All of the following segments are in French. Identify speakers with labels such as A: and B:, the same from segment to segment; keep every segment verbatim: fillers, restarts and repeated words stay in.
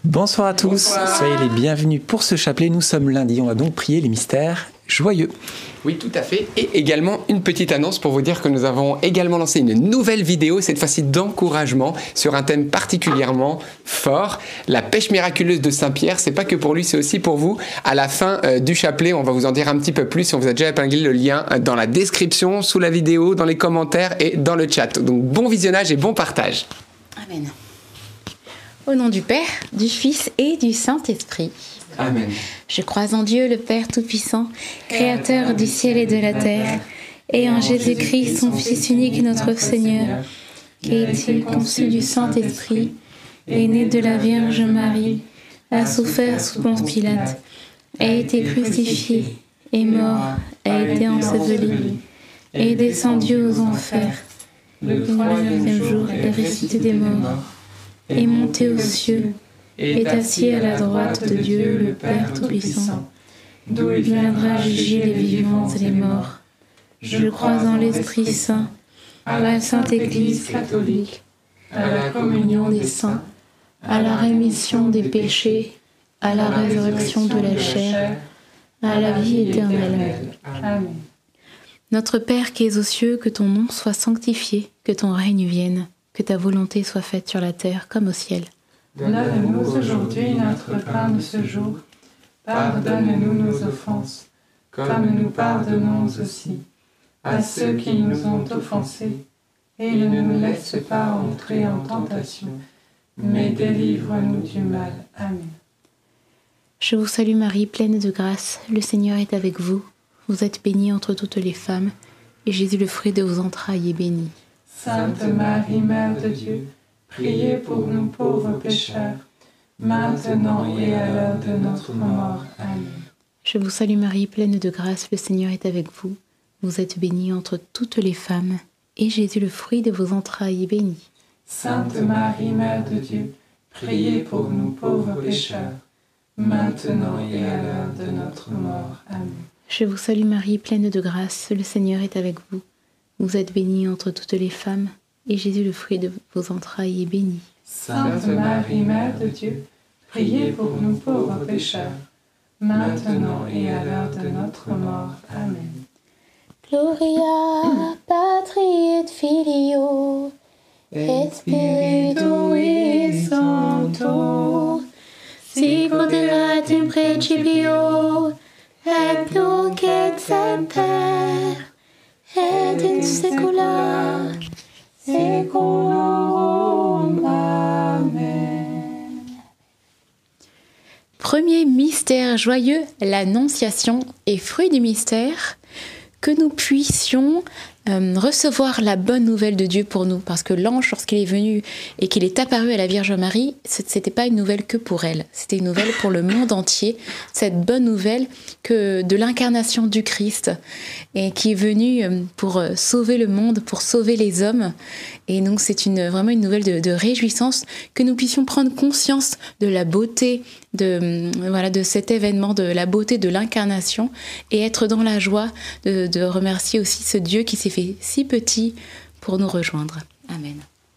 A: Bonsoir à tous, Bonsoir. Soyez les bienvenus pour ce chapelet. Nous sommes lundi, on va donc prier les mystères joyeux.
B: Oui, tout à fait. Et également une petite annonce pour vous dire que nous avons également lancé une nouvelle vidéo, cette fois-ci d'encouragement, sur un thème particulièrement fort, la pêche miraculeuse de Saint-Pierre. C'est pas que pour lui, c'est aussi pour vous. À la fin euh, du chapelet, on va vous en dire un petit peu plus. On vous a déjà épinglé le lien dans la description, sous la vidéo, dans les commentaires et dans le chat. Donc bon visionnage et bon partage.
C: Amen. Au nom du Père, du Fils et du Saint-Esprit.
B: Amen.
C: Je crois en Dieu, le Père Tout-Puissant, Créateur du ciel et de la terre, et en Jésus-Christ, son Fils unique, notre Seigneur, qui est conçu du Saint-Esprit, est né de la Vierge Marie, a souffert sous Ponce Pilate, a été crucifié, est mort, a été enseveli, est descendu aux enfers. Le troisième jour est ressuscité des morts, est monté aux cieux, est assis à la droite de Dieu, le Père Tout-Puissant, d'où il viendra juger les vivants et les morts. Je crois en l'Esprit Saint, à la Sainte Église catholique, à la communion des saints, à la rémission des péchés, à la résurrection de la chair, à la vie éternelle. Amen. Notre Père qui es aux cieux, que ton nom soit sanctifié, que ton règne vienne, que ta volonté soit faite sur la terre comme au ciel.
D: Donne-nous aujourd'hui notre pain de ce jour. Pardonne-nous nos offenses, comme nous pardonnons aussi à ceux qui nous ont offensés. Et ne nous laisse pas entrer en tentation, mais délivre-nous du mal. Amen.
C: Je vous salue Marie, pleine de grâce, le Seigneur est avec vous. Vous êtes bénie entre toutes les femmes, et Jésus, le fruit de vos entrailles, est béni.
D: Sainte Marie, Mère de Dieu, priez pour nous pauvres pécheurs, maintenant et à l'heure de notre mort. Amen.
C: Je vous salue Marie, pleine de grâce, le Seigneur est avec vous. Vous êtes bénie entre toutes les femmes, et Jésus, le fruit de vos entrailles, est béni.
D: Sainte Marie, Mère de Dieu, priez pour nous pauvres pécheurs, maintenant et à l'heure de notre mort. Amen.
C: Je vous salue Marie, pleine de grâce, le Seigneur est avec vous. Vous êtes bénie entre toutes les femmes, et Jésus, le fruit de vos entrailles, est béni.
D: Sainte Marie, Mère de Dieu, priez pour nous pauvres pécheurs, maintenant et à l'heure de notre mort. Amen.
C: Gloria Patri et Filio et Spiritui Sancto, sic ut erat in principio et nunc et semper et in saecula saeculorum. Amen. Premier mystère joyeux, l'Annonciation, et fruit du mystère, que nous puissions euh, recevoir la bonne nouvelle de Dieu pour nous. Parce que l'ange, lorsqu'il est venu et qu'il est apparu à la Vierge Marie, ce n'était pas une nouvelle que pour elle. C'était une nouvelle pour le monde entier. Cette bonne nouvelle que de l'incarnation du Christ, et qui est venu pour sauver le monde, pour sauver les hommes. Et donc c'est une, vraiment une nouvelle de, de réjouissance, que nous puissions prendre conscience de la beauté de, voilà, de cet événement, de la beauté de l'incarnation, et être dans la joie de, de remercier aussi ce Dieu qui s'est fait si petit pour nous rejoindre. Amen.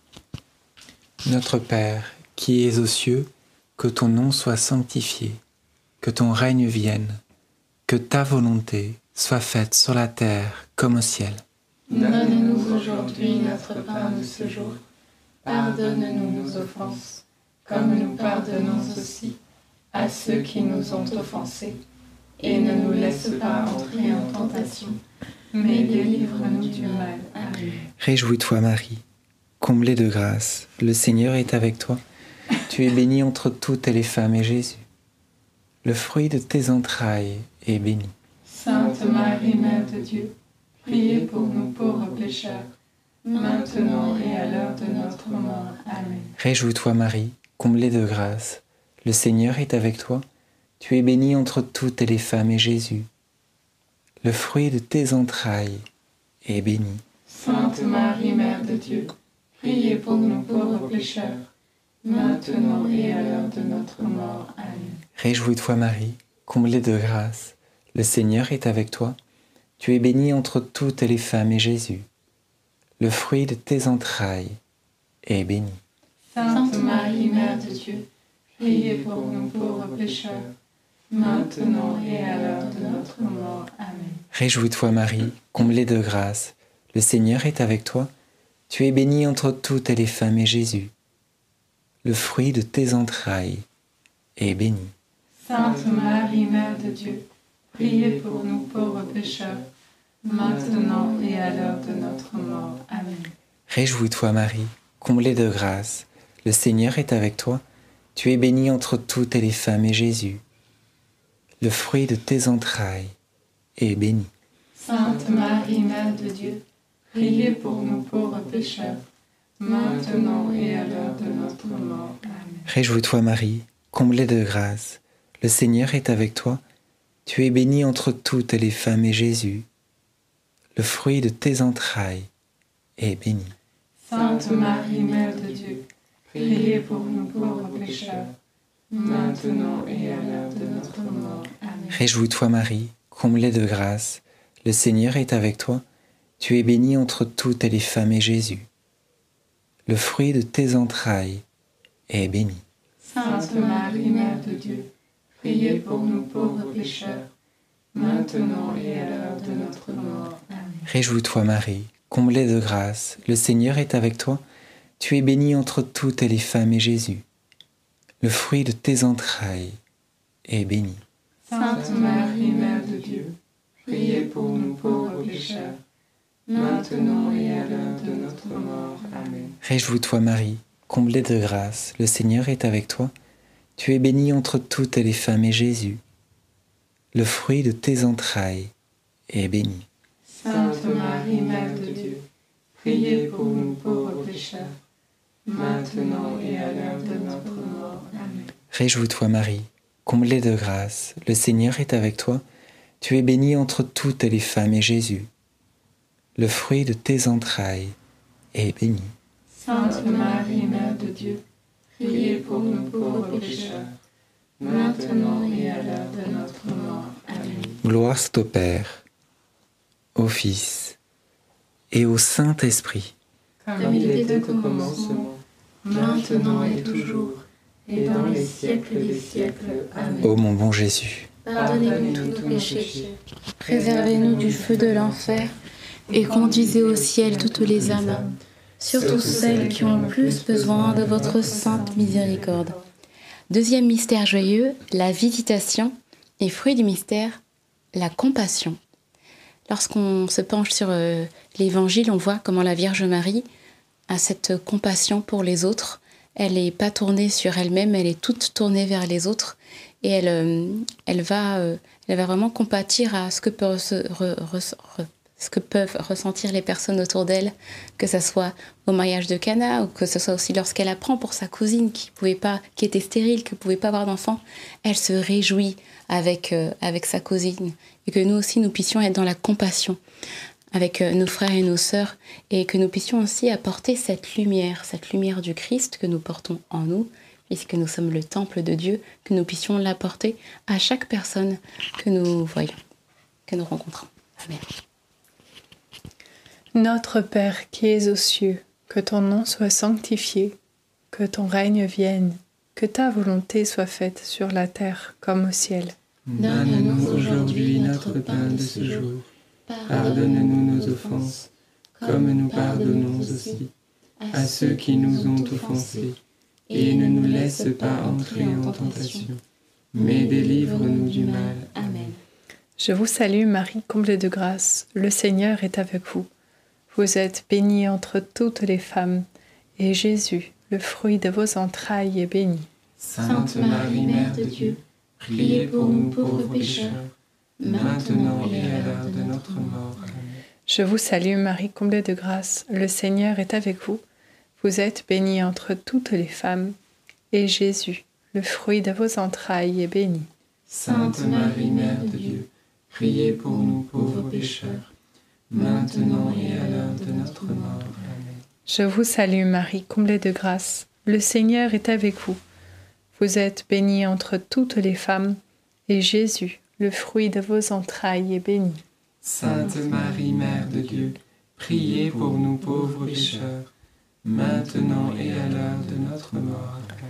A: Notre Père, qui es aux cieux, que ton nom soit sanctifié, que ton règne vienne, que ta volonté soit faite sur la terre comme au ciel.
D: Donne-nous aujourd'hui notre pain de ce jour. Pardonne-nous nos offenses, comme nous pardonnons aussi à ceux qui nous ont offensés. Et ne nous laisse pas entrer en tentation, mais délivre-nous du mal. Amen.
A: Réjouis-toi Marie, comblée de grâce, le Seigneur est avec toi. Tu es bénie entre toutes les femmes, et Jésus, le fruit de tes entrailles, est béni.
D: Sainte Marie, Mère de Dieu, priez pour nous pauvres pécheurs, maintenant et à l'heure de notre mort. Amen.
A: Réjouis-toi Marie, comblée de grâce, le Seigneur est avec toi. Tu es bénie entre toutes les femmes, et Jésus, le fruit de tes entrailles, est béni.
D: Sainte Marie, Mère de Dieu, priez pour nous pauvres pécheurs, maintenant et à l'heure de notre mort. Amen.
A: Réjouis-toi Marie, comblée de grâce, le Seigneur est avec toi. Tu es bénie entre toutes les femmes, et Jésus, le fruit de tes entrailles, est béni.
D: Sainte Marie, Mère de Dieu, priez pour nous pauvres pécheurs, maintenant et à l'heure de notre mort. Amen.
A: Réjouis-toi Marie, comblée de grâce, le Seigneur est avec toi. Tu es bénie entre toutes les femmes et Jésus, le fruit de tes entrailles, est béni.
D: Sainte Marie, Mère de Dieu, priez pour nous pauvres pécheurs, maintenant et à l'heure de notre mort. Amen.
A: Réjouis-toi Marie, comblée de grâce, le Seigneur est avec toi. Tu es bénie entre toutes les femmes et Jésus, le fruit de tes entrailles, est béni.
D: Sainte Marie, Mère de Dieu, priez pour nous pauvres pécheurs, maintenant et à l'heure de notre mort. Amen.
A: Réjouis-toi Marie, comblée de grâce, le Seigneur est avec toi. Tu es bénie entre toutes les femmes et Jésus, le fruit de tes entrailles, est béni.
D: Sainte Marie, Mère de Dieu, priez pour nous pauvres pécheurs, maintenant et à l'heure de notre mort. Amen.
A: Réjouis-toi Marie, comblée de grâce, le Seigneur est avec toi. Tu es bénie entre toutes les femmes et Jésus, le fruit de tes entrailles, est béni.
D: Sainte Marie, Mère de Dieu, priez pour nous pauvres pécheurs, maintenant et à l'heure de notre mort. Amen.
A: Réjouis-toi Marie, comblée de grâce, le Seigneur est avec toi. Tu es bénie entre toutes les femmes et Jésus, le fruit de tes entrailles, est béni.
D: Sainte Marie, Mère de Dieu, priez pour nous pauvres pécheurs, maintenant et à l'heure de notre mort. Amen.
A: Réjouis-toi Marie, comblée de grâce, le Seigneur est avec toi. Tu es bénie entre toutes les femmes et Jésus, le fruit de tes entrailles, est béni.
D: Sainte Marie, Mère de Dieu, priez pour nous pauvres pécheurs, maintenant et à l'heure de notre mort. Amen.
A: Réjouis-toi Marie, comblée de grâce, le Seigneur est avec toi. Tu es bénie entre toutes les femmes et Jésus, le fruit de tes entrailles, est béni.
D: Sainte Marie, Mère de Dieu, priez pour nous pauvres pécheurs, maintenant et à l'heure de notre mort. Amen.
A: Gloire soit au Père, au Fils et au Saint-Esprit.
D: Comme il était au commencement, maintenant et toujours, et dans les siècles des siècles. Amen.
A: Ô mon bon Jésus,
C: Pardonnez-nous tous nos péchés, préservez-nous du feu de l'enfer, et conduisez au ciel toutes les âmes, surtout celles qui ont le plus besoin de votre sainte miséricorde. Deuxième mystère joyeux, la visitation, et fruit du mystère, la compassion. Lorsqu'on se penche sur euh, l'Évangile, on voit comment la Vierge Marie a cette compassion pour les autres. Elle n'est pas tournée sur elle-même, elle est toute tournée vers les autres. Et elle, euh, elle, va, euh, elle va vraiment compatir à ce que, peut re, re, re, ce que peuvent ressentir les personnes autour d'elle, que ce soit au mariage de Cana, ou que ce soit aussi lorsqu'elle apprend pour sa cousine qui, pouvait pas, qui était stérile, qui ne pouvait pas avoir d'enfant. Elle se réjouit avec, euh, avec sa cousine. Et que nous aussi, nous puissions être dans la compassion avec euh, nos frères et nos sœurs, et que nous puissions aussi apporter cette lumière, cette lumière du Christ que nous portons en nous, puisque nous sommes le temple de Dieu, que nous puissions l'apporter à chaque personne que nous voyons, que nous rencontrons. Amen.
E: Notre Père qui es aux cieux, que ton nom soit sanctifié, que ton règne vienne, que ta volonté soit faite sur la terre comme au ciel.
D: Donne-nous aujourd'hui notre pain de ce jour. Pardonne-nous nos offenses, comme nous pardonnons aussi à ceux qui nous ont offensés. Et ne nous laisse pas entrer en tentation, mais délivre-nous du mal. Amen.
E: Je vous salue Marie, comblée de grâce, le Seigneur est avec vous. Vous êtes bénie entre toutes les femmes, et Jésus, le fruit de vos entrailles, est béni.
D: Sainte Marie, Mère de Dieu, priez pour nous pauvres pécheurs, maintenant et à l'heure de notre mort. Amen.
E: Je vous salue Marie, comblée de grâce, le Seigneur est avec vous. Vous êtes bénie entre toutes les femmes, et Jésus, le fruit de vos entrailles, est béni.
D: Sainte Marie, Mère de Dieu, priez pour nous pauvres pécheurs, maintenant et à l'heure de notre mort. Amen.
E: Je vous salue Marie, comblée de grâce, le Seigneur est avec vous. Vous êtes bénie entre toutes les femmes, et Jésus, le fruit de vos entrailles, est béni.
D: Sainte Marie, Mère de Dieu, priez pour nous pauvres pécheurs, maintenant et à l'heure de notre mort. Amen.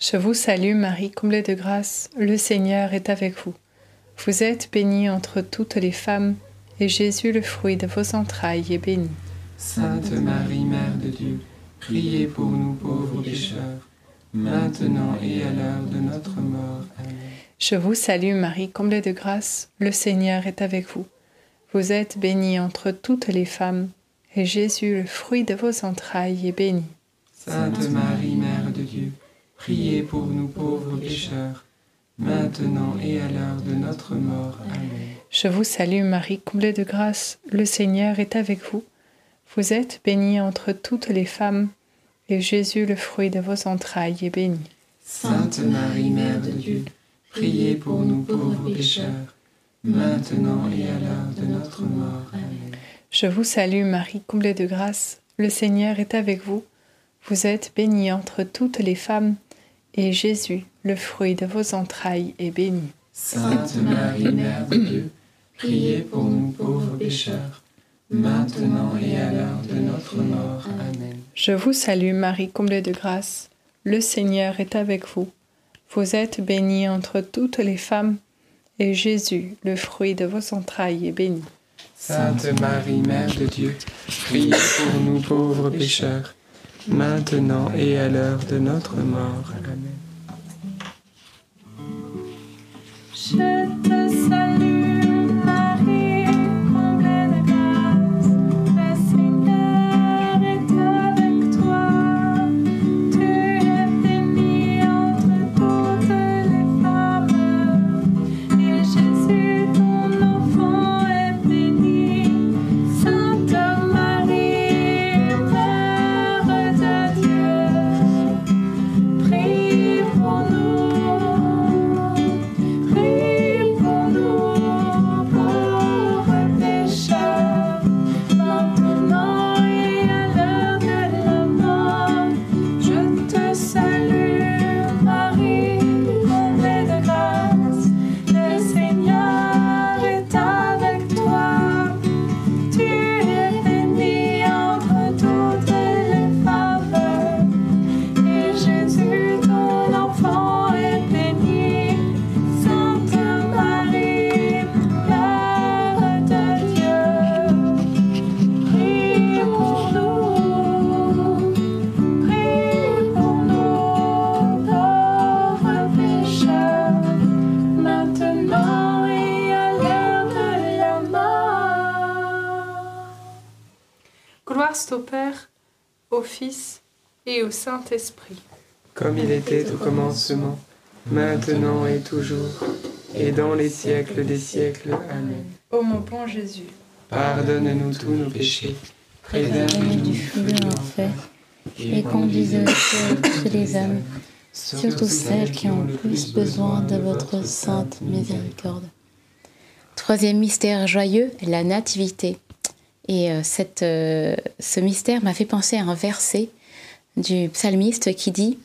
E: Je vous salue Marie, comblée de grâce, le Seigneur est avec vous. Vous êtes bénie entre toutes les femmes, et Jésus, le fruit de vos entrailles, est béni.
D: Sainte Marie, Mère de Dieu, priez pour nous pauvres pécheurs, maintenant et à l'heure de notre mort. Amen.
E: Je vous salue Marie, comblée de grâce, le Seigneur est avec vous. Vous êtes bénie entre toutes les femmes, et Jésus, le fruit de vos entrailles, est béni.
D: Sainte Marie, Mère de Dieu, priez pour nous pauvres pécheurs, maintenant et à l'heure de notre mort. Amen.
E: Je vous salue Marie, comblée de grâce, le Seigneur est avec vous. Vous êtes bénie entre toutes les femmes, et Jésus, le fruit de vos entrailles, est béni.
D: Sainte Marie, Mère de Dieu, priez pour nous pauvres pécheurs, maintenant et à l'heure de notre mort. Amen.
E: Je vous salue Marie, comblée de grâce, le Seigneur est avec vous. Vous êtes bénie entre toutes les femmes, et Jésus, le fruit de vos entrailles, est béni.
D: Sainte Marie, Mère de Dieu, priez pour nous pauvres pécheurs, maintenant et à l'heure de notre mort. Amen.
E: Je vous salue Marie, comblée de grâce, le Seigneur est avec vous. Vous êtes bénie entre toutes les femmes, et Jésus, le fruit de vos entrailles, est béni.
D: Sainte Marie, Mère de Dieu, priez pour nous pauvres pécheurs, maintenant et à l'heure de notre mort. Amen.
F: Je te salue, Marie, comblée de grâce, le Seigneur est avec toi. Tu es bénie entre toutes les femmes, et Jésus, ton enfant, est béni. Sainte Marie, Mère de Dieu, prie pour nous.
E: Gloire au Père, au Fils et au Saint-Esprit.
D: Comme il était au commencement, maintenant et toujours, et dans les siècles des siècles. Amen.
E: Ô mon bon Jésus,
D: pardonne-nous tous nos péchés, préserve-nous du feu de l'enfer,
C: et conduisez au ciel toutes les âmes, surtout celles qui ont le plus besoin de votre sainte miséricorde. Troisième mystère joyeux, la Nativité. Et euh, cette, euh, ce mystère m'a fait penser à un verset du psalmiste qui dit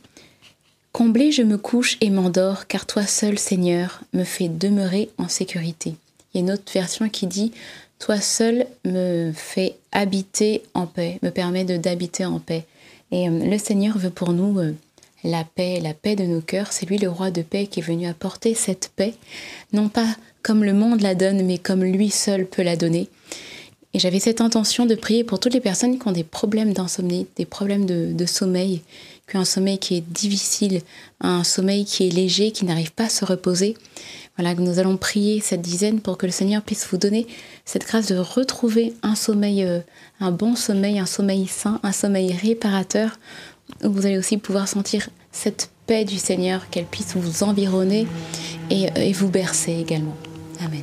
C: « Comblé je me couche et m'endors, car toi seul, Seigneur, me fais demeurer en sécurité. » Il y a une autre version qui dit « Toi seul me fais habiter en paix, me permet de d'habiter en paix. » Et euh, le Seigneur veut pour nous euh, la paix, la paix de nos cœurs. C'est lui le roi de paix qui est venu apporter cette paix, non pas comme le monde la donne, mais comme lui seul peut la donner. Et j'avais cette intention de prier pour toutes les personnes qui ont des problèmes d'insomnie, des problèmes de, de sommeil, qui ont un sommeil qui est difficile, un sommeil qui est léger, qui n'arrive pas à se reposer. Voilà, que nous allons prier cette dizaine pour que le Seigneur puisse vous donner cette grâce de retrouver un sommeil, euh, un bon sommeil, un sommeil sain, un sommeil réparateur, où vous allez aussi pouvoir sentir cette paix du Seigneur, qu'elle puisse vous environner et, et vous bercer également. Amen.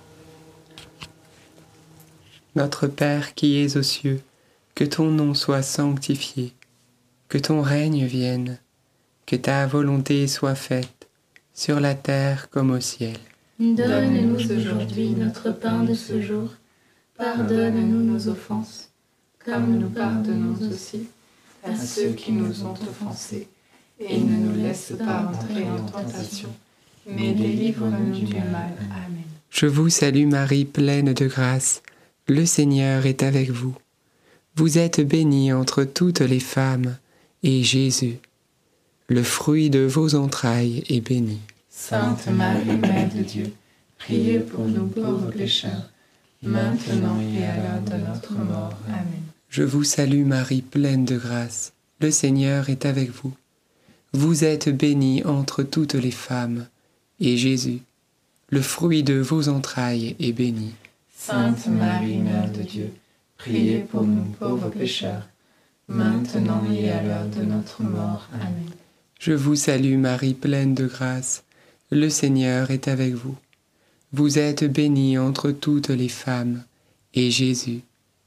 D: Notre Père qui es aux cieux, que ton nom soit sanctifié, que ton règne vienne, que ta volonté soit faite, sur la terre comme au ciel.
C: Donne-nous aujourd'hui notre pain de ce jour. Pardonne-nous nos offenses, comme nous pardonnons aussi
D: à ceux qui nous ont offensés, et ne nous laisse pas entrer en tentation, mais délivre-nous du mal. Amen. Je vous salue Marie, pleine de grâce. Le Seigneur est avec vous. Vous êtes bénie entre toutes les femmes, et Jésus,
B: Le fruit de vos entrailles est béni.
D: Sainte Marie, Mère de Dieu, priez pour nous pauvres pécheurs, maintenant et à l'heure de notre mort. Amen.
B: Je vous salue Marie, pleine de grâce. Le Seigneur est avec vous. Vous êtes bénie entre toutes les femmes, et Jésus, le fruit de vos entrailles, est béni.
D: Sainte Marie, Mère de Dieu, priez pour nous pauvres pécheurs, maintenant et à l'heure de notre mort. Amen.
B: Je vous salue Marie, pleine de grâce. Le Seigneur est avec vous. Vous êtes bénie entre toutes les femmes, et Jésus,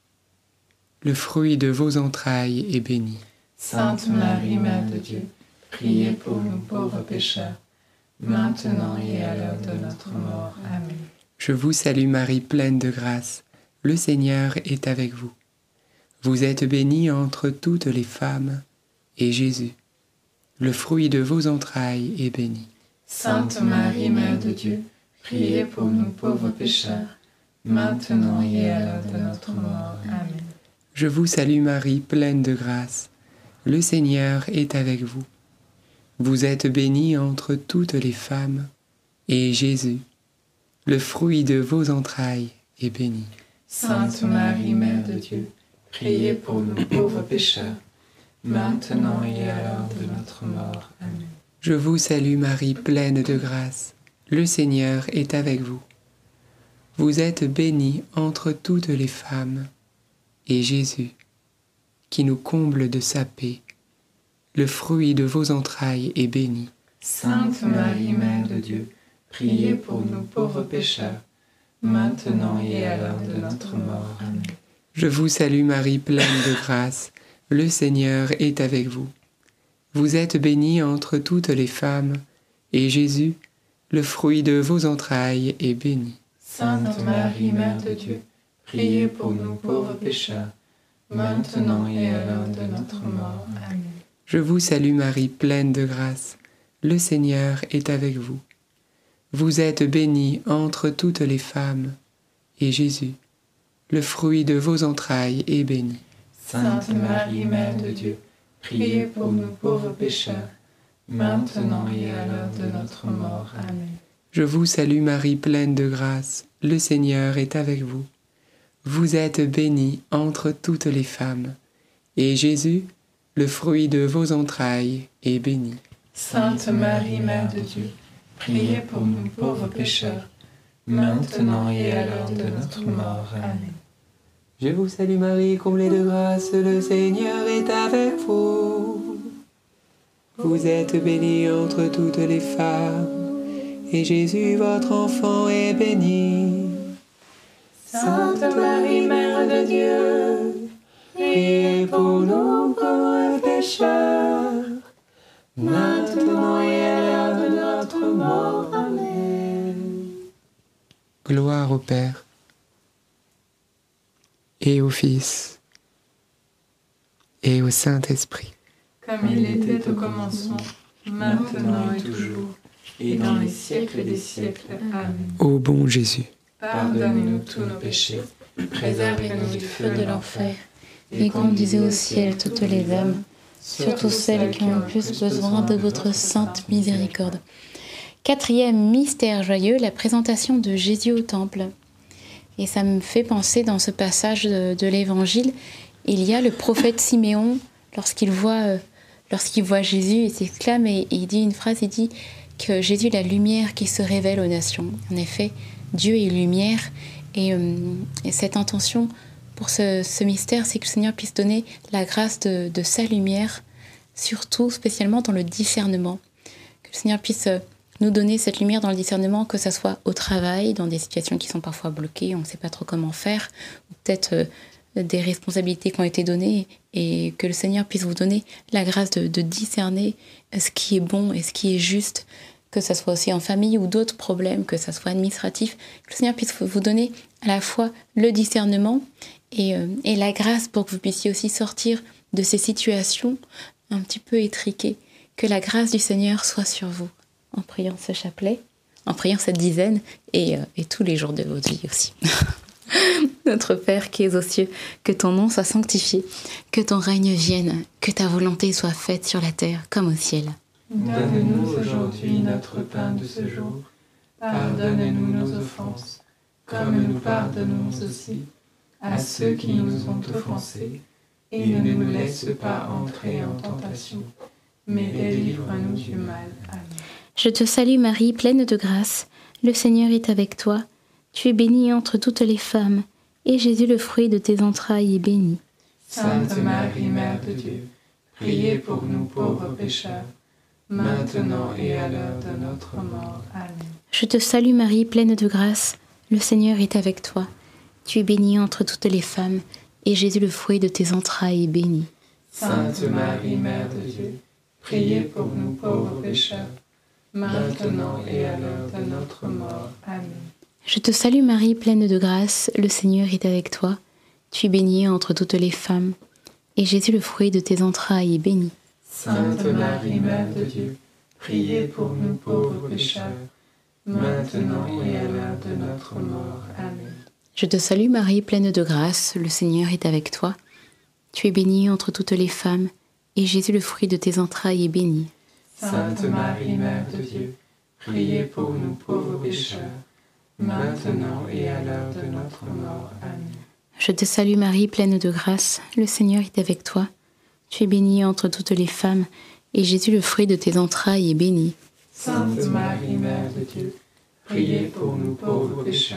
B: le fruit de vos entrailles, est béni.
D: Sainte Marie, Mère de Dieu, priez pour nous pauvres pécheurs, maintenant et à l'heure de notre mort. Amen.
B: Je vous salue Marie, pleine de grâce. Le Seigneur est avec vous. Vous êtes bénie entre toutes les femmes, et Jésus, le fruit de vos entrailles, est béni.
D: Sainte Marie, Mère de Dieu, priez pour nous pauvres pécheurs, maintenant et à l'heure de notre mort. Amen.
B: Je vous salue Marie, pleine de grâce. Le Seigneur est avec vous. Vous êtes bénie entre toutes les femmes, et Jésus, le fruit de vos entrailles, est béni.
D: Sainte Marie, Mère de Dieu, priez pour nous pauvres pécheurs, maintenant et à l'heure de notre mort. Amen.
B: Je vous salue Marie, pleine de grâce. Le Seigneur est avec vous. Vous êtes bénie entre toutes les femmes, et Jésus, qui nous comble de sa paix, le fruit de vos entrailles, est béni.
D: Sainte Marie, Mère de Dieu, priez pour nous pauvres pécheurs, maintenant et à l'heure de notre mort. Amen.
B: Je vous salue Marie, pleine de grâce. Le Seigneur est avec vous. Vous êtes bénie entre toutes les femmes, et Jésus, le fruit de vos entrailles, est béni.
D: Sainte Marie, Mère de Dieu, priez pour nous pauvres pécheurs, maintenant et à l'heure de notre mort. Amen.
B: Je vous salue Marie, pleine de grâce. Le Seigneur est avec vous. Vous êtes bénie entre toutes les femmes, et Jésus, le fruit de vos entrailles, est béni.
D: Sainte Marie, Mère de Dieu, priez pour nous pauvres pécheurs, maintenant et à l'heure de notre mort. Amen.
B: Je vous salue Marie, pleine de grâce. Le Seigneur est avec vous. Vous êtes bénie entre toutes les femmes, et Jésus, le fruit de vos entrailles, est béni.
D: Sainte Marie, Mère de Dieu, priez pour nous pauvres pécheurs, maintenant et à l'heure de notre mort. Amen.
B: Je vous salue Marie, comblée de grâce, le Seigneur est avec vous. Vous êtes bénie entre toutes les femmes, et Jésus, votre enfant, est béni.
D: Sainte Marie, Mère de Dieu, priez pour nous pauvres pécheurs, maintenant et à l'heure de notre mort. Amen.
B: Gloire au Père et au Fils et au Saint-Esprit.
D: Comme il était au commencement, maintenant et toujours, et dans les siècles des siècles. Amen.
B: Ô bon Jésus,
D: pardonne-nous tous nos péchés, préservez-nous du feu de l'enfer,
C: et conduisez au ciel toutes les âmes, surtout celles qui ont le plus besoin de votre sainte miséricorde. Quatrième mystère joyeux, la présentation de Jésus au temple. Et ça me fait penser dans ce passage de, de l'Évangile, il y a le prophète Siméon, lorsqu'il voit, euh, lorsqu'il voit Jésus, il s'exclame et, et il dit une phrase, il dit que Jésus est la lumière qui se révèle aux nations. En effet, Dieu est lumière et, euh, et cette intention pour ce, ce mystère, c'est que le Seigneur puisse donner la grâce de, de sa lumière, surtout spécialement dans le discernement. Que le Seigneur puisse nous donner cette lumière dans le discernement, que ce soit au travail, dans des situations qui sont parfois bloquées, on ne sait pas trop comment faire, ou peut-être euh, des responsabilités qui ont été données, et que le Seigneur puisse vous donner la grâce de, de discerner ce qui est bon et ce qui est juste, que ce soit aussi en famille ou d'autres problèmes, que ce soit administratif, que le Seigneur puisse vous donner à la fois le discernement et, euh, et la grâce pour que vous puissiez aussi sortir de ces situations un petit peu étriquées. Que la grâce du Seigneur soit sur vous, en priant ce chapelet, en priant cette dizaine, et, euh, et tous les jours de votre vie aussi. Notre Père qui es aux cieux, que ton nom soit sanctifié, que ton règne vienne, que ta volonté soit faite sur la terre comme au ciel.
D: Donne-nous aujourd'hui notre pain de ce jour. Pardonne-nous nos offenses, comme nous pardonnons aussi à ceux qui nous ont offensés. Et ne nous laisse pas entrer en tentation, mais délivre-nous du mal. Amen.
C: Je te salue Marie, pleine de grâce. Le Seigneur est avec toi. Tu es bénie entre toutes les femmes, et Jésus, le fruit de tes entrailles, est béni.
D: Sainte Marie, Mère de Dieu, priez pour nous pauvres pécheurs, maintenant et à l'heure de notre mort. Amen.
C: Je te salue Marie, pleine de grâce. Le Seigneur est avec toi. Tu es bénie entre toutes les femmes, et Jésus, le fruit de tes entrailles, est béni.
D: Sainte Marie, Mère de Dieu, priez pour nous pauvres pécheurs, maintenant et à l'heure de notre mort. Amen.
C: Je te salue Marie, pleine de grâce. Le Seigneur est avec toi. Tu es bénie entre toutes les femmes, et Jésus, le fruit de tes entrailles, est béni.
D: Sainte Marie, Mère de Dieu, priez pour nous pauvres pécheurs, maintenant et à l'heure de notre mort. Amen.
C: Je te salue Marie, pleine de grâce. Le Seigneur est avec toi. Tu es bénie entre toutes les femmes, et Jésus, le fruit de tes entrailles, est béni.
D: Sainte Marie, Mère de Dieu, priez pour nous pauvres pécheurs, maintenant et à l'heure de notre mort. Amen.
C: Je te salue Marie, pleine de grâce. Le Seigneur est avec toi. Tu es bénie entre toutes les femmes, et Jésus, le fruit de tes entrailles, est béni.
D: Sainte Marie, Mère de Dieu, priez pour nous pauvres pécheurs,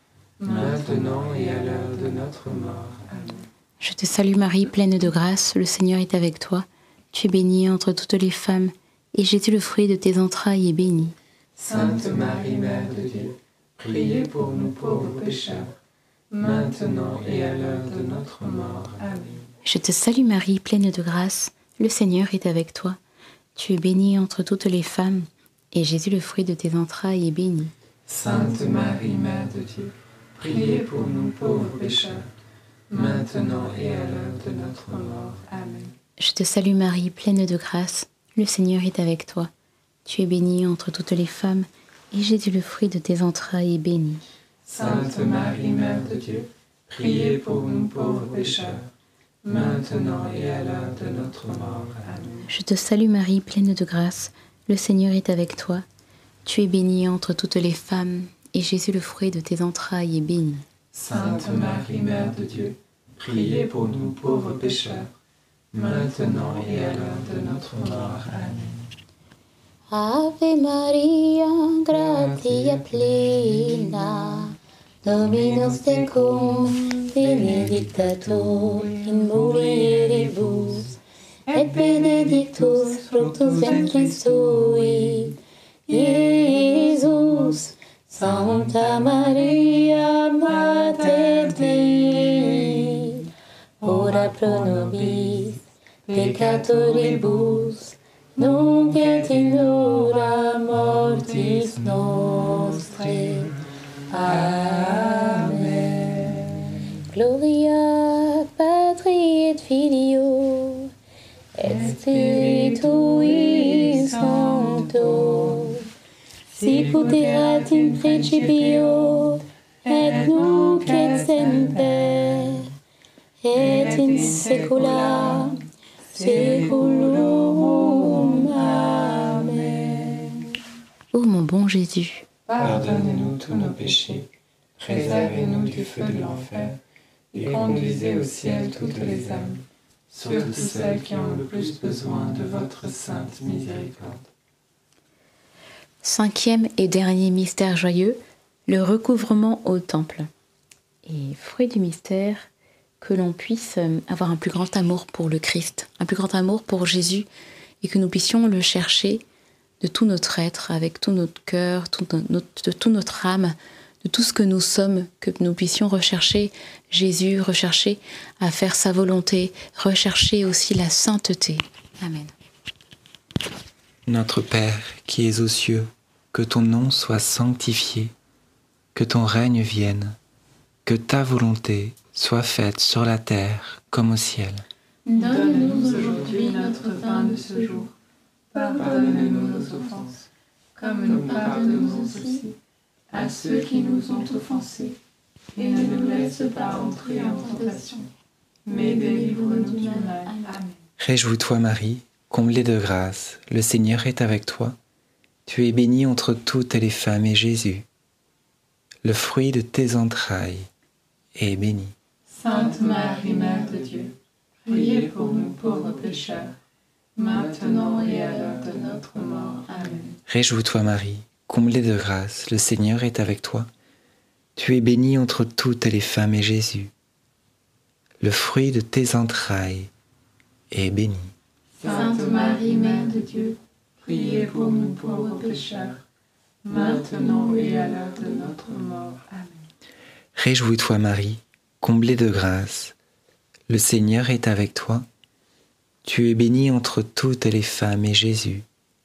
D: maintenant et à l'heure de notre mort. Amen.
C: Je te salue Marie, pleine de grâce. Le Seigneur est avec toi. Tu es bénie entre toutes les femmes, et Jésus, le fruit de tes entrailles, est béni.
D: Sainte Marie, Mère de Dieu, priez pour nous pauvres pécheurs, maintenant et à l'heure de notre mort. Amen.
C: Je te salue Marie, pleine de grâce. Le Seigneur est avec toi. Tu es bénie entre toutes les femmes, et Jésus, le fruit de tes entrailles, est béni.
D: Sainte Marie, Mère de Dieu, priez pour nous pauvres pécheurs, maintenant et à l'heure de notre mort. Amen.
C: Je te salue Marie, pleine de grâce. Le Seigneur est avec toi. Tu es bénie entre toutes les femmes, et Jésus, le fruit de tes entrailles, est béni.
D: Sainte Marie, Mère de Dieu, priez pour nous pauvres pécheurs, maintenant et à l'heure de notre mort. Amen.
C: Je te salue Marie, pleine de grâce. Le Seigneur est avec toi. Tu es bénie entre toutes les femmes, et Jésus, le fruit de tes entrailles, est béni.
D: Sainte Marie, Mère de Dieu, priez pour nous pauvres pécheurs, maintenant et à l'heure de notre mort. Amen.
C: Ave Maria, gratia plena, Dominus tecum, benedicta tu in mulieribus, et benedictus fructus ventris tui, Iesus. Santa Maria, Mater Dei, ora pro nobis peccatoribus, nunc et in hora mortis nostrae. Amen. Gloria Patri et Filio et Spiritui Sancto, sicut erat in principio, et nunc et semper, et in saecula saeculorum. Amen. Ô mon bon Jésus,
D: pardonne-nous tous nos péchés, préservez-nous du feu de l'enfer, et conduisez au ciel toutes les âmes, surtout celles qui ont le plus besoin de votre sainte miséricorde.
C: Cinquième et dernier mystère joyeux, le recouvrement au temple. Et fruit du mystère, que l'on puisse avoir un plus grand amour pour le Christ, un plus grand amour pour Jésus, et que nous puissions le chercher de tout notre être, avec tout notre cœur, tout notre, de toute notre âme, de tout ce que nous sommes, que nous puissions rechercher Jésus, rechercher à faire sa volonté, rechercher aussi la sainteté. Amen.
A: Notre Père qui es aux cieux, que ton nom soit sanctifié, que ton règne vienne, que ta volonté soit faite sur la terre comme au ciel.
D: Donne-nous aujourd'hui notre pain de ce jour. Pardonne-nous nos offenses, comme nous pardonnons aussi à ceux qui nous ont offensés. Et ne nous laisse pas entrer en tentation, mais délivre-nous du mal. Amen.
A: Réjouis-toi Marie, comblée de grâce, le Seigneur est avec toi. Tu es bénie entre toutes les femmes et Jésus, le fruit de tes entrailles, est béni.
D: Sainte Marie, Mère de Dieu, priez pour nous pauvres pécheurs, maintenant et à l'heure de notre mort. Amen.
A: Réjouis-toi Marie, comblée de grâce, le Seigneur est avec toi. Tu es bénie entre toutes les femmes et Jésus, le fruit de tes entrailles, est béni.
D: Sainte Marie, Mère de Dieu, priez pour nous pauvres pécheurs, maintenant et à l'heure de notre mort. Amen.
A: Réjouis-toi Marie, comblée de grâce, le Seigneur est avec toi. Tu es bénie entre toutes les femmes et Jésus,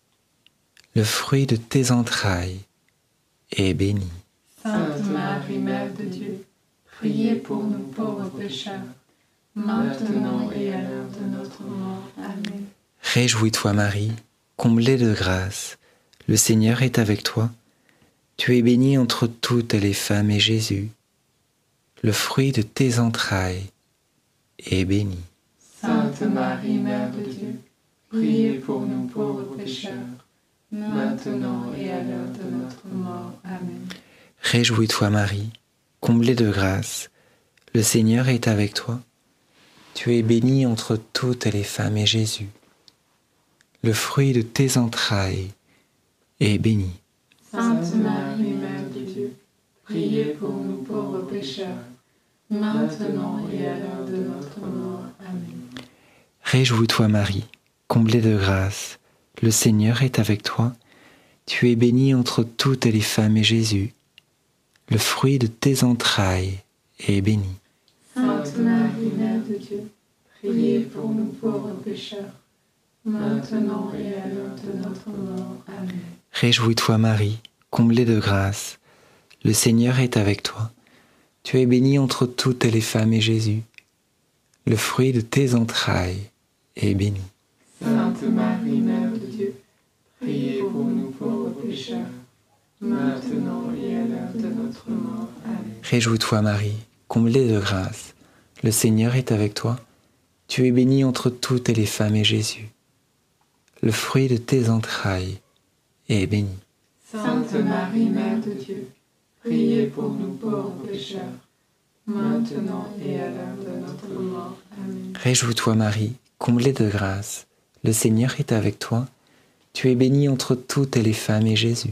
A: le fruit de tes entrailles, est béni.
D: Sainte Marie, Mère de Dieu, priez pour nous pauvres pécheurs, maintenant et à l'heure de notre mort. Amen.
A: Réjouis-toi Marie, comblée de grâce, le Seigneur est avec toi. Tu es bénie entre toutes les femmes et Jésus, le fruit de tes entrailles, est béni.
D: Sainte Marie, Mère de Dieu, priez pour nous pauvres pécheurs, maintenant et à l'heure de notre mort. Amen.
A: Réjouis-toi Marie, comblée de grâce, le Seigneur est avec toi. Tu es bénie entre toutes les femmes et Jésus, le fruit de tes entrailles, est béni.
D: Sainte Marie, Mère de Dieu, priez pour nous pauvres pécheurs, maintenant et à l'heure de notre mort. Amen.
A: Réjouis-toi Marie, comblée de grâce, le Seigneur est avec toi. Tu es bénie entre toutes les femmes et Jésus, le fruit de tes entrailles, est béni.
D: Sainte Marie, Mère de Dieu, priez pour nous pauvres pécheurs, maintenant et à l'heure de notre mort. Amen.
A: Réjouis-toi Marie, comblée de grâce, le Seigneur est avec toi. Tu es bénie entre toutes les femmes et Jésus, le fruit de tes entrailles, est béni.
D: Sainte Marie, Mère de Dieu, priez pour nous pauvres pécheurs, maintenant et à l'heure de notre mort. Amen.
A: Réjouis-toi Marie, comblée de grâce, le Seigneur est avec toi. Tu es bénie entre toutes les femmes et Jésus, le fruit de tes entrailles, est béni.
D: Sainte Marie, Mère de Dieu, priez pour nous pauvres pécheurs, maintenant et à l'heure de notre mort. Amen.
A: Réjouis-toi Marie, comblée de grâce, le Seigneur est avec toi. Tu es bénie entre toutes les femmes et Jésus,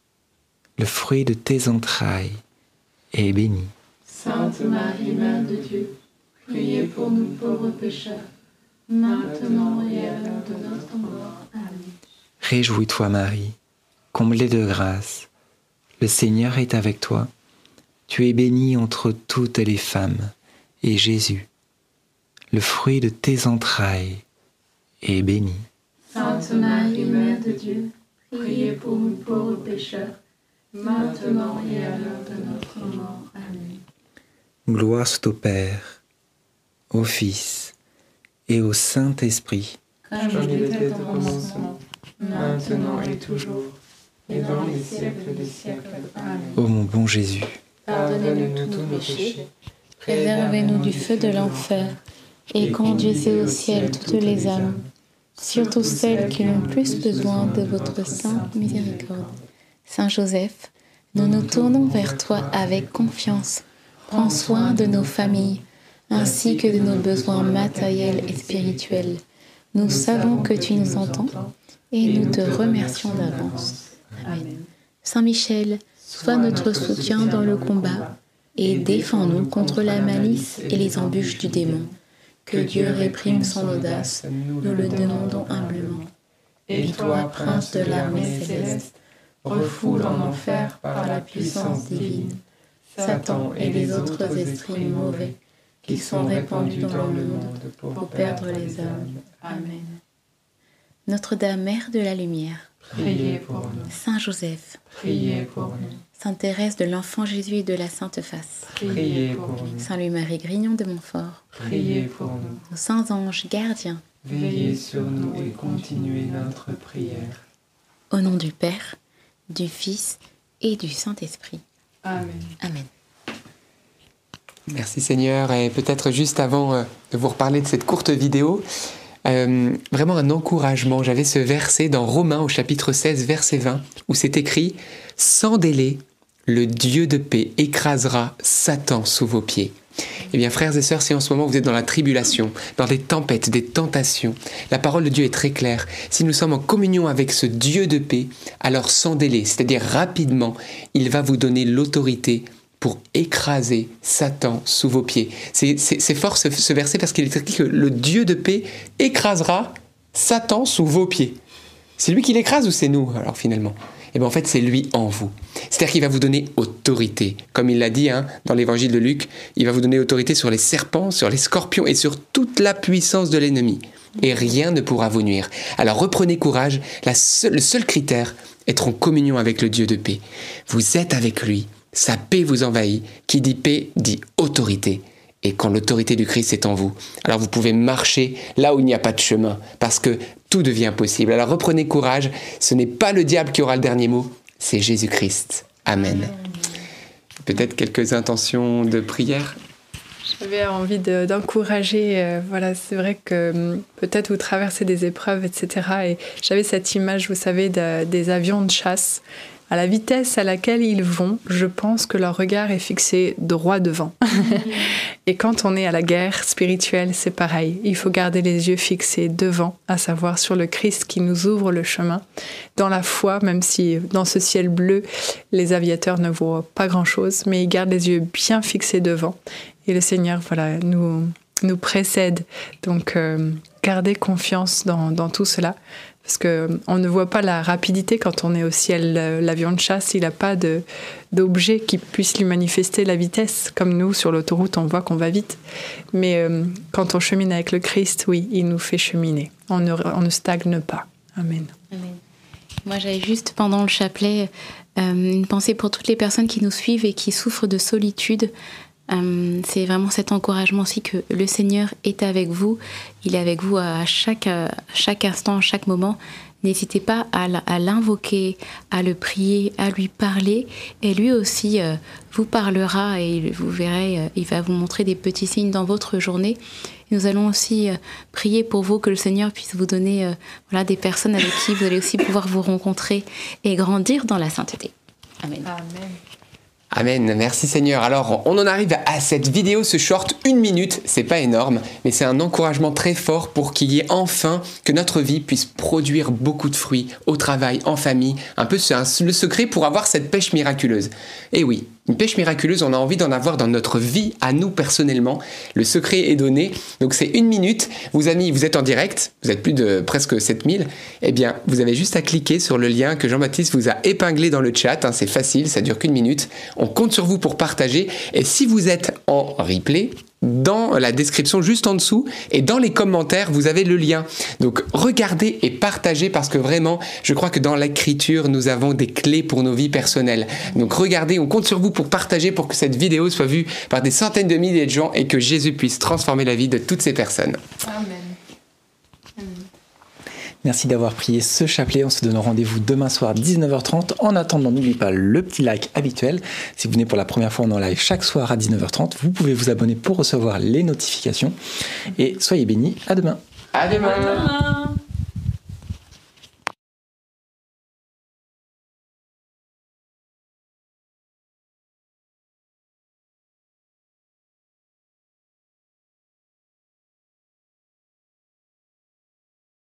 A: le fruit de tes entrailles, est béni.
D: Sainte Marie, Mère de Dieu, priez pour nous pauvres pécheurs, maintenant et à l'heure de notre mort. Amen.
A: Réjouis-toi Marie, comblée de grâce, le Seigneur est avec toi. Tu es bénie entre toutes les femmes, et Jésus, le fruit de tes entrailles, est béni.
D: Sainte Marie, Mère de Dieu, priez pour nous pauvres pécheurs, maintenant et à l'heure de notre mort. Amen.
A: Gloire soit au Père, au Fils et au Saint-Esprit,
D: Comme il était au commencement, maintenant et toujours, et dans les siècles des siècles. Amen.
A: ô mon bon Jésus.
D: Pardonnez-nous tous nos péchés,
C: Préservez-nous du feu de l'enfer et conduisez au ciel toutes les âmes, surtout celles qui ont plus besoin de votre sainte miséricorde. Saint Joseph, nous nous tournons vers toi avec confiance. Prends soin de nos familles, ainsi que de nos besoins matériels et spirituels. Nous savons que tu nous entends et nous te remercions d'avance. Amen. Saint Michel, sois notre soutien dans le combat et défends-nous contre la malice et les embûches du démon. Que Dieu réprime son audace, nous le demandons humblement.
D: Et toi, prince de l'armée céleste, refoule en enfer par la puissance divine Satan et les autres esprits mauvais qui sont répandus dans le monde pour perdre les âmes. Amen.
C: Notre-Dame, Mère de la Lumière,
D: Priez pour nous.
C: Saint Joseph,
D: Priez pour nous.
C: Sainte Thérèse de l'Enfant Jésus et de la Sainte Face,
D: Priez pour nous.
C: Saint Louis-Marie Grignon de Montfort,
D: Priez pour nous.
C: aux saints anges gardiens,
D: Veillez sur nous et continuez notre prière.
C: au nom du Père, du Fils et du Saint-Esprit.
D: Amen.
C: Amen.
B: Merci Seigneur. Et peut-être juste avant euh, de vous reparler de cette courte vidéo, euh, vraiment un encouragement. J'avais ce verset dans Romains au chapitre seize, verset vingt, où c'est écrit « Sans délai, le Dieu de paix écrasera Satan sous vos pieds. » Eh bien, frères et sœurs, si en ce moment vous êtes dans la tribulation, dans des tempêtes, des tentations, la parole de Dieu est très claire. Si nous sommes en communion avec ce Dieu de paix, alors sans délai, c'est-à-dire rapidement, il va vous donner l'autorité pour écraser Satan sous vos pieds. C'est, c'est, c'est fort ce, ce verset parce qu'il est écrit que le Dieu de paix écrasera Satan sous vos pieds. C'est lui qui l'écrase ou c'est nous, alors finalement ? Eh bien en fait, c'est lui en vous. C'est-à-dire qu'il va vous donner autorité. Comme il l'a dit hein, dans l'évangile de Luc, il va vous donner autorité sur les serpents, sur les scorpions et sur toute la puissance de l'ennemi. Et rien ne pourra vous nuire. Alors reprenez courage. La seule, le seul critère, être en communion avec le Dieu de paix. Vous êtes avec lui. Sa paix vous envahit. Qui dit paix, dit autorité. Et quand l'autorité du Christ est en vous, alors vous pouvez marcher là où il n'y a pas de chemin, parce que tout devient possible. Alors reprenez courage, ce n'est pas le diable qui aura le dernier mot, c'est Jésus-Christ. Amen. Peut-être quelques intentions de prière ?
E: J'avais envie de, d'encourager, euh, voilà, c'est vrai que hum, peut-être vous traversez des épreuves, et cetera. Et j'avais cette image, vous savez, de, des avions de chasse. À la vitesse à laquelle ils vont, je pense que leur regard est fixé droit devant. Et quand on est à la guerre spirituelle, c'est pareil. Il faut garder les yeux fixés devant, à savoir sur le Christ qui nous ouvre le chemin. Dans la foi, même si dans ce ciel bleu, les aviateurs ne voient pas grand-chose, mais ils gardent les yeux bien fixés devant. Et le Seigneur, voilà, nous, nous précède. Donc, euh, gardez confiance dans, dans tout cela. Parce qu'on ne voit pas la rapidité quand on est au ciel. L'avion de chasse, il n'a pas de, d'objet qui puisse lui manifester la vitesse. Comme nous, sur l'autoroute, on voit qu'on va vite. Mais euh, quand on chemine avec le Christ, oui, il nous fait cheminer. On ne, on ne stagne pas. Amen.
C: Amen. Moi, j'avais juste, pendant le chapelet, euh, une pensée pour toutes les personnes qui nous suivent et qui souffrent de solitude. Euh, c'est vraiment cet encouragement aussi que le Seigneur est avec vous. Il est avec vous à chaque, à chaque instant, à chaque moment. N'hésitez pas à, à l'invoquer, à le prier, à lui parler. Et lui aussi euh, vous parlera et vous verrez, euh, il va vous montrer des petits signes dans votre journée. Nous allons aussi euh, prier pour vous, que le Seigneur puisse vous donner euh, voilà, des personnes avec qui vous allez aussi pouvoir vous rencontrer et grandir dans la sainteté. Amen.
E: Amen.
B: Amen, merci Seigneur. Alors, on en arrive à cette vidéo, ce short, une minute, c'est pas énorme, mais c'est un encouragement très fort pour qu'il y ait enfin, que notre vie puisse produire beaucoup de fruits au travail, en famille. Un peu, c'est un, le secret pour avoir cette pêche miraculeuse. Et oui, une pêche miraculeuse, on a envie d'en avoir dans notre vie, à nous personnellement. Le secret est donné, donc c'est une minute. Vous amis, vous êtes en direct, vous êtes plus de presque sept mille. Eh bien, vous avez juste à cliquer sur le lien que Jean-Baptiste vous a épinglé dans le chat. Hein, c'est facile, ça dure qu'une minute. On compte sur vous pour partager. Et si vous êtes en replay, dans la description juste en dessous et dans les commentaires, vous avez le lien. Donc regardez et partagez parce que vraiment, je crois que dans l'écriture, nous avons des clés pour nos vies personnelles. Donc regardez, on compte sur vous pour partager pour que cette vidéo soit vue par des centaines de milliers de gens et que Jésus puisse transformer la vie de toutes ces personnes.
E: Amen.
A: Merci d'avoir prié ce chapelet. On se donne rendez-vous demain soir dix-neuf heures trente. En attendant, n'oubliez pas le petit like habituel. Si vous venez pour la première fois, on est en live chaque soir à dix-neuf heures trente. Vous pouvez vous abonner pour recevoir les notifications. Et soyez bénis. À demain.
B: À demain.
E: À demain.